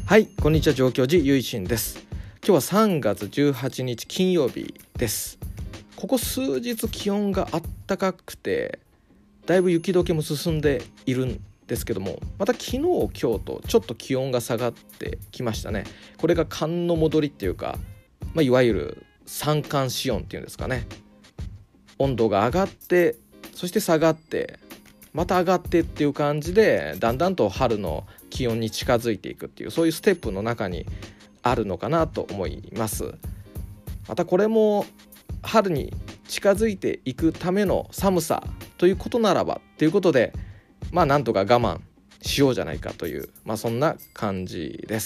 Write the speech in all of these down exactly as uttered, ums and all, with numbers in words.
はい、こんにちは。上京寺ゆいしんです。今日はさんがつじゅうはちにち金曜日です。ここ数日気温があったかくて、だいぶ雪解けも進んでいるんですけども、また昨日今日とちょっと気温が下がってきましたね。これが寒の戻りっていうか、まあ、いわゆる三寒四温っていうんですかね。温度が上がって、そして下がってまた上がってっていう感じで、だんだんと春の気温に近づいていくっていう、そういうステップの中にあるのかなと思います。またこれも春に近づいていくための寒さということならばということで、まあなんとか我慢しようじゃないかという、まあそんな感じです。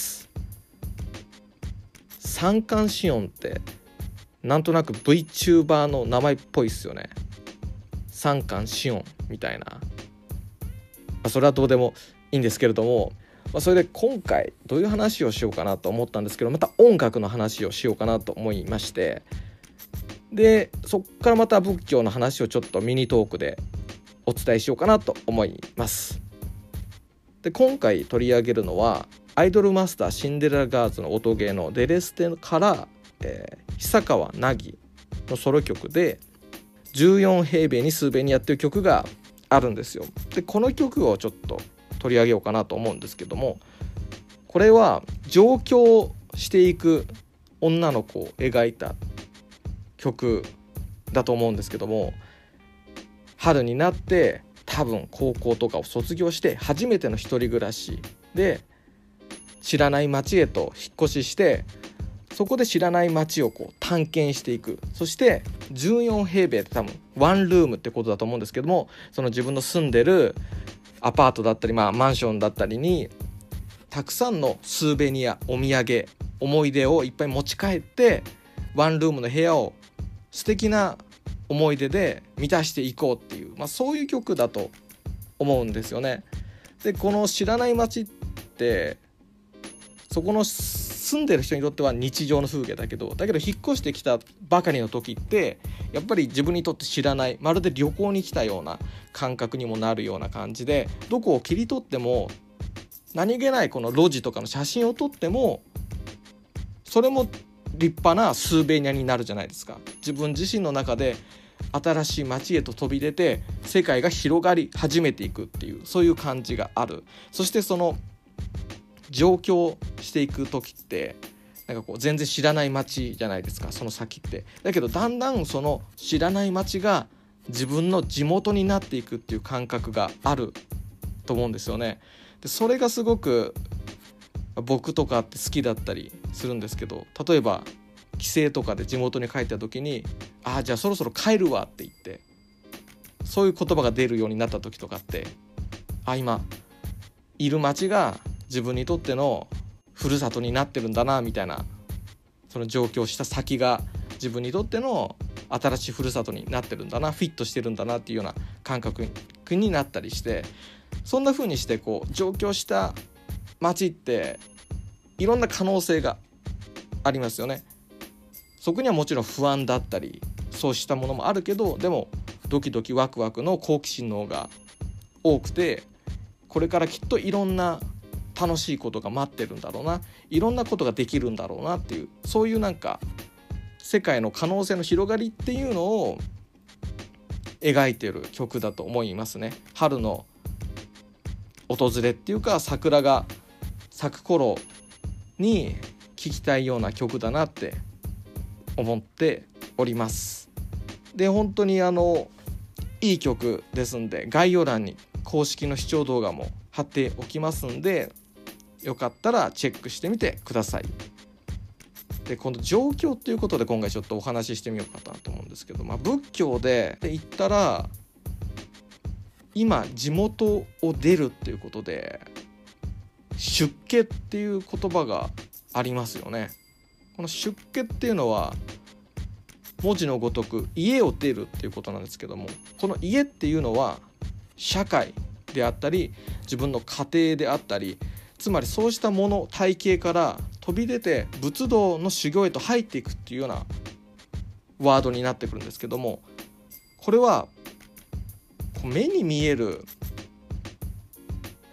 三寒四温ってなんとなく VTuber の名前っぽいっすよね。三寒四温みたいな、まあ、それはどうでもいいんですけれども、まあ、それで今回どういう話をしようかなと思ったんですけど、また音楽の話をしようかなと思いまして、でそっからまた仏教の話をちょっとミニトークでお伝えしようかなと思います。で今回取り上げるのはアイドルマスターシンデレラガールズの音ゲーのデレステから、えー、久川凪のソロ曲でじゅうよんへいべいに数べいにやってる曲があるんですよ。でこの曲をちょっと取り上げようかなと思うんですけども、これは上京していく女の子を描いた曲だと思うんですけども、春になって多分高校とかを卒業して初めての一人暮らしで知らない町へと引っ越しして、そこで知らない街をこう探検していく。そしてじゅうよんへいべいって多分ワンルームってことだと思うんですけども、その自分の住んでるアパートだったり、まあ、マンションだったりにたくさんのスーベニア、お土産、思い出をいっぱい持ち帰って、ワンルームの部屋を素敵な思い出で満たしていこうっていう、まあ、そういう曲だと思うんですよね。でこの知らない街ってそこの住んでる人にとっては日常の風景だけど、だけど引っ越してきたばかりの時ってやっぱり自分にとって知らない、まるで旅行に来たような感覚にもなるような感じで、どこを切り取っても何気ないこの路地とかの写真を撮ってもそれも立派なスーベニアになるじゃないですか。自分自身の中で新しい街へと飛び出て世界が広がり始めていくっていう、そういう感じがある。そしてその上京していく時ってなんかこう全然知らない街じゃないですか、その先って。だけどだんだんその知らない街が自分の地元になっていくっていう感覚があると思うんですよね。でそれがすごく僕とかって好きだったりするんですけど、例えば帰省とかで地元に帰った時に、ああじゃあそろそろ帰るわって言って、そういう言葉が出るようになった時とかって、あ今いる街が自分にとってのふるさとになってるんだなみたいな、その上京した先が自分にとっての新しいふるさとになってるんだな、フィットしてるんだなっていうような感覚になったりして、そんな風にしてこう上京した街っていろんな可能性がありますよね。そこにはもちろん不安だったりそうしたものもあるけど、でもドキドキワクワクの好奇心の方が多くて、これからきっといろんな楽しいことが待ってるんだろうな、いろんなことができるんだろうなっていう、そういうなんか世界の可能性の広がりっていうのを描いてる曲だと思いますね。春の訪れっていうか、桜が咲く頃に聴きたいような曲だなって思っております。で本当にあのいい曲ですんで、概要欄に公式の視聴動画も貼っておきますんで、よかったらチェックしてみてください。でこの上京っていうことで今回ちょっとお話ししてみようかなと思うんですけど、まあ、仏教で言ったら今地元を出るっていうことで出家っていう言葉がありますよね。この出家っていうのは文字のごとく家を出るっていうことなんですけども、この家っていうのは社会であったり自分の家庭であったり、つまりそうしたもの体系から飛び出て仏道の修行へと入っていくっていうようなワードになってくるんですけども、これは目に見える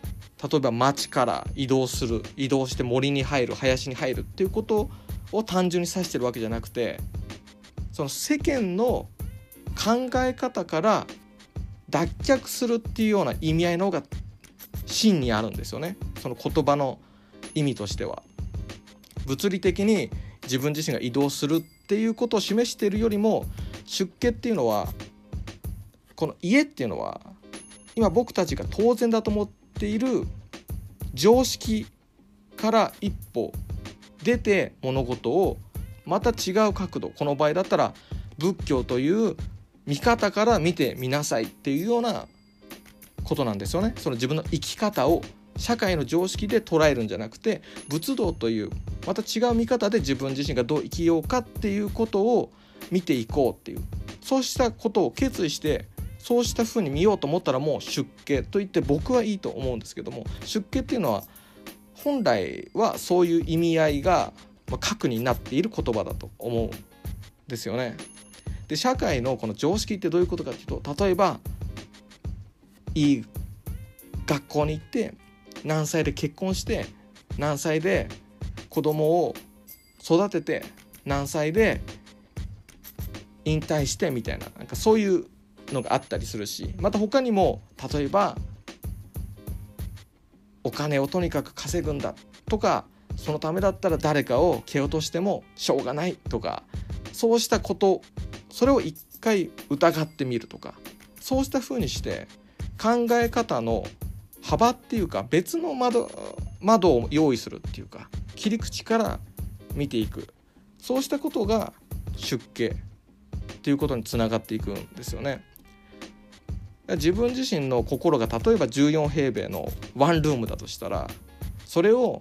例えば町から移動する、移動して森に入る、林に入るっていうことを単純に指してるわけじゃなくて、その世間の考え方から脱却するっていうような意味合いの方が真にあるんですよね。その言葉の意味としては、物理的に自分自身が移動するっていうことを示しているよりも、出家っていうのは、この家っていうのは今僕たちが当然だと思っている常識から一歩出て物事をまた違う角度、この場合だったら仏教という見方から見てみなさいっていうようなことなんですよね。その自分の生き方を社会の常識で捉えるんじゃなくて、仏道というまた違う見方で自分自身がどう生きようかっていうことを見ていこうっていう、そうしたことを決意して、そうした風に見ようと思ったらもう出家と言って僕はいいと思うんですけども、出家っていうのは本来はそういう意味合いが核になっている言葉だと思うんですよね。で、社会のこの常識ってどういうことかっていうと、例えばいい学校に行って何歳で結婚して何歳で子供を育てて何歳で引退してみたいな、なんかそういうのがあったりするし、また他にも例えばお金をとにかく稼ぐんだとか、そのためだったら誰かを蹴落としてもしょうがないとか、そうしたこと、それを一回疑ってみるとか、そうした風にして考え方の幅っていうか別の窓、窓を用意するっていうか、切り口から見ていく、そうしたことが出家っていうことにつながっていくんですよね。自分自身の心が例えばじゅうよん平米のワンルームだとしたら、それを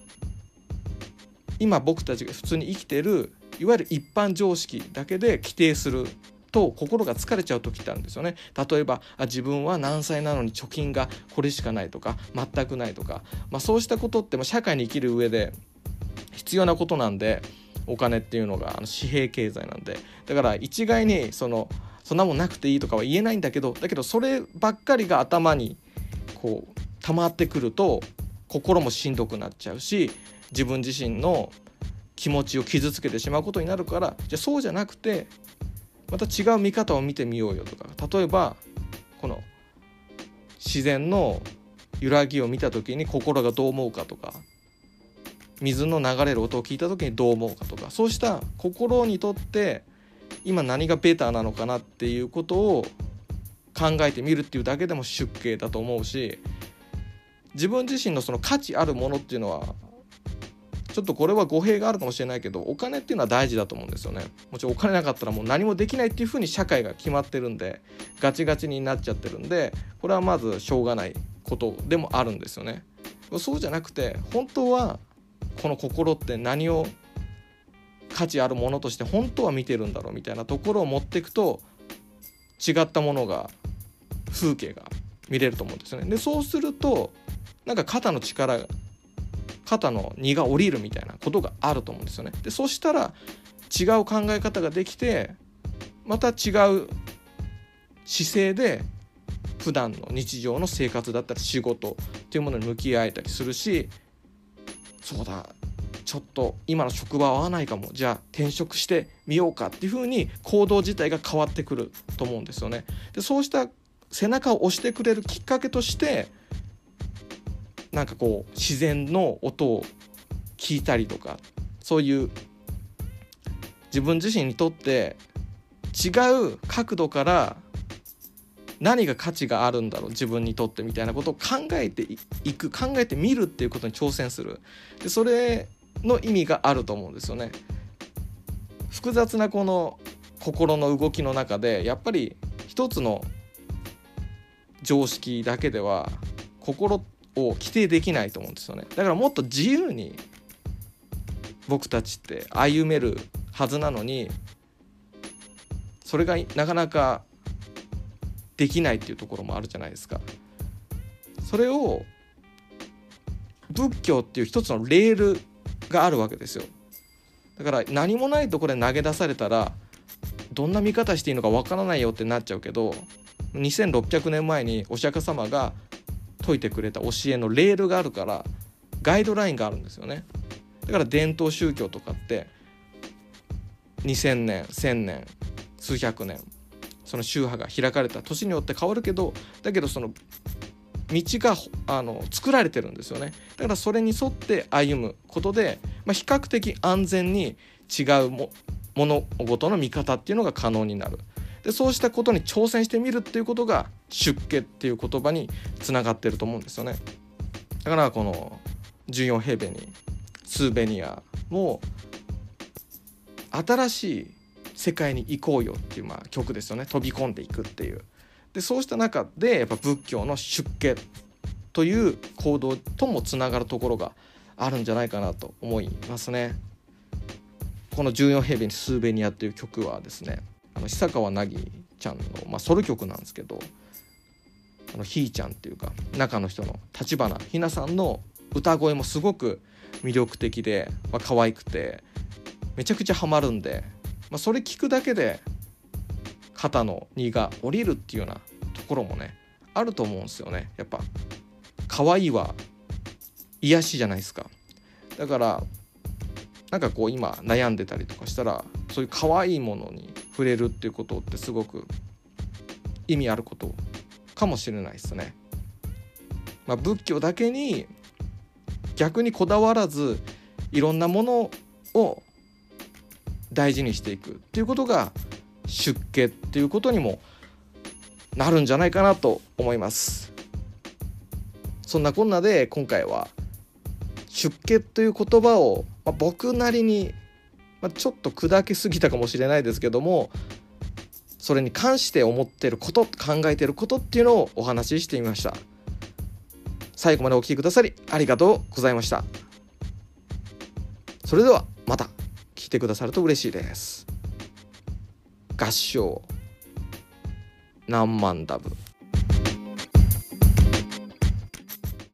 今僕たちが普通に生きているいわゆる一般常識だけで規定すると心が疲れちゃう時ってあるんですよね。例えばあ自分は何歳なのに貯金がこれしかないとか全くないとか、まあ、そうしたことって社会に生きる上で必要なことなんで、お金っていうのがあの紙幣経済なんで、だから一概にそのそんなもんなくていいとかは言えないんだけど、だけどそればっかりが頭にこう溜まってくると心もしんどくなっちゃうし、自分自身の気持ちを傷つけてしまうことになるから、じゃあそうじゃなくてまた違う見方を見てみようよとか、例えばこの自然の揺らぎを見た時に心がどう思うかとか、水の流れる音を聞いた時にどう思うかとか、そうした心にとって今何がベターなのかなっていうことを考えてみるっていうだけでも出家だと思うし、自分自身のその価値あるものっていうのはちょっとこれは語弊があるかもしれないけど、お金っていうのは大事だと思うんですよね。もちろんお金なかったらもう何もできないっていう風に社会が決まってるんで、ガチガチになっちゃってるんで、これはまずしょうがないことでもあるんですよね。そうじゃなくて、本当はこの心って何を価値あるものとして本当は見てるんだろうみたいなところを持っていくと、違ったものが、風景が見れると思うんですよね。でそうするとなんか肩の力が肩の荷が下りるみたいなことがあると思うんですよね。でそしたら違う考え方ができて、また違う姿勢で普段の日常の生活だったり仕事っていうものに向き合えたりするし、そうだちょっと今の職場は合わないかも、じゃあ転職してみようかっていう風に行動自体が変わってくると思うんですよね。でそうした背中を押してくれるきっかけとして、なんかこう自然の音を聞いたりとか、そういう自分自身にとって違う角度から何が価値があるんだろう自分にとってみたいなことを考えていく、考えてみるっていうことに挑戦する。でそれの意味があると思うんですよね。複雑なこの心の動きの中で、やっぱり一つの常識だけでは心を規定できないと思うんですよね。だからもっと自由に僕たちって歩めるはずなのに、それがなかなかできないっていうところもあるじゃないですか。それを仏教っていう一つのレールがあるわけですよ。だから何もないところで投げ出されたらどんな見方していいのかわからないよってなっちゃうけど、にせんろっぴゃくねんまえにお釈迦様が説いてくれた教えのレールがあるから、ガイドラインがあるんですよね。だから伝統宗教とかってにせんねんせんねん数百年その宗派が開かれた年によって変わるけど、だけどその道があの作られてるんですよね。だからそれに沿って歩むことで、まあ、比較的安全に違うも物事の見方っていうのが可能になる。でそうしたことに挑戦してみるっていうことが出家っていう言葉につながってると思うんですよね。だからこのじゅうよん平米にスーベニアも新しい世界に行こうよっていうまあ曲ですよね。飛び込んでいくっていう。でそうした中でやっぱ仏教の出家という行動ともつながるところがあるんじゃないかなと思いますね。このじゅうよん平米にスーベニアっていう曲はですね、あの久川凪ちゃんの、まあ、ソロ曲なんですけど、あのひーちゃんっていうか中の人の立花ひなさんの歌声もすごく魅力的で、まあ、可愛くてめちゃくちゃハマるんで、まあ、それ聞くだけで肩の荷が下りるっていうようなところもねあると思うんですよね。やっぱ可愛いは癒しじゃないですか。だからなんかこう今悩んでたりとかしたら、そういう可愛いものに触れるっていうことってすごく意味あることかもしれないですね。まあ、仏教だけに逆にこだわらずいろんなものを大事にしていくっていうことが出家っていうことにもなるんじゃないかなと思います。そんなこんなで今回は出家という言葉を、まあ、僕なりに、まあ、ちょっと砕けすぎたかもしれないですけども、それに関して思っていること考えていることっていうのをお話ししてみました。最後までお聞きくださりありがとうございました。それではまた聞いてくださると嬉しいです。合唱何万ダブ。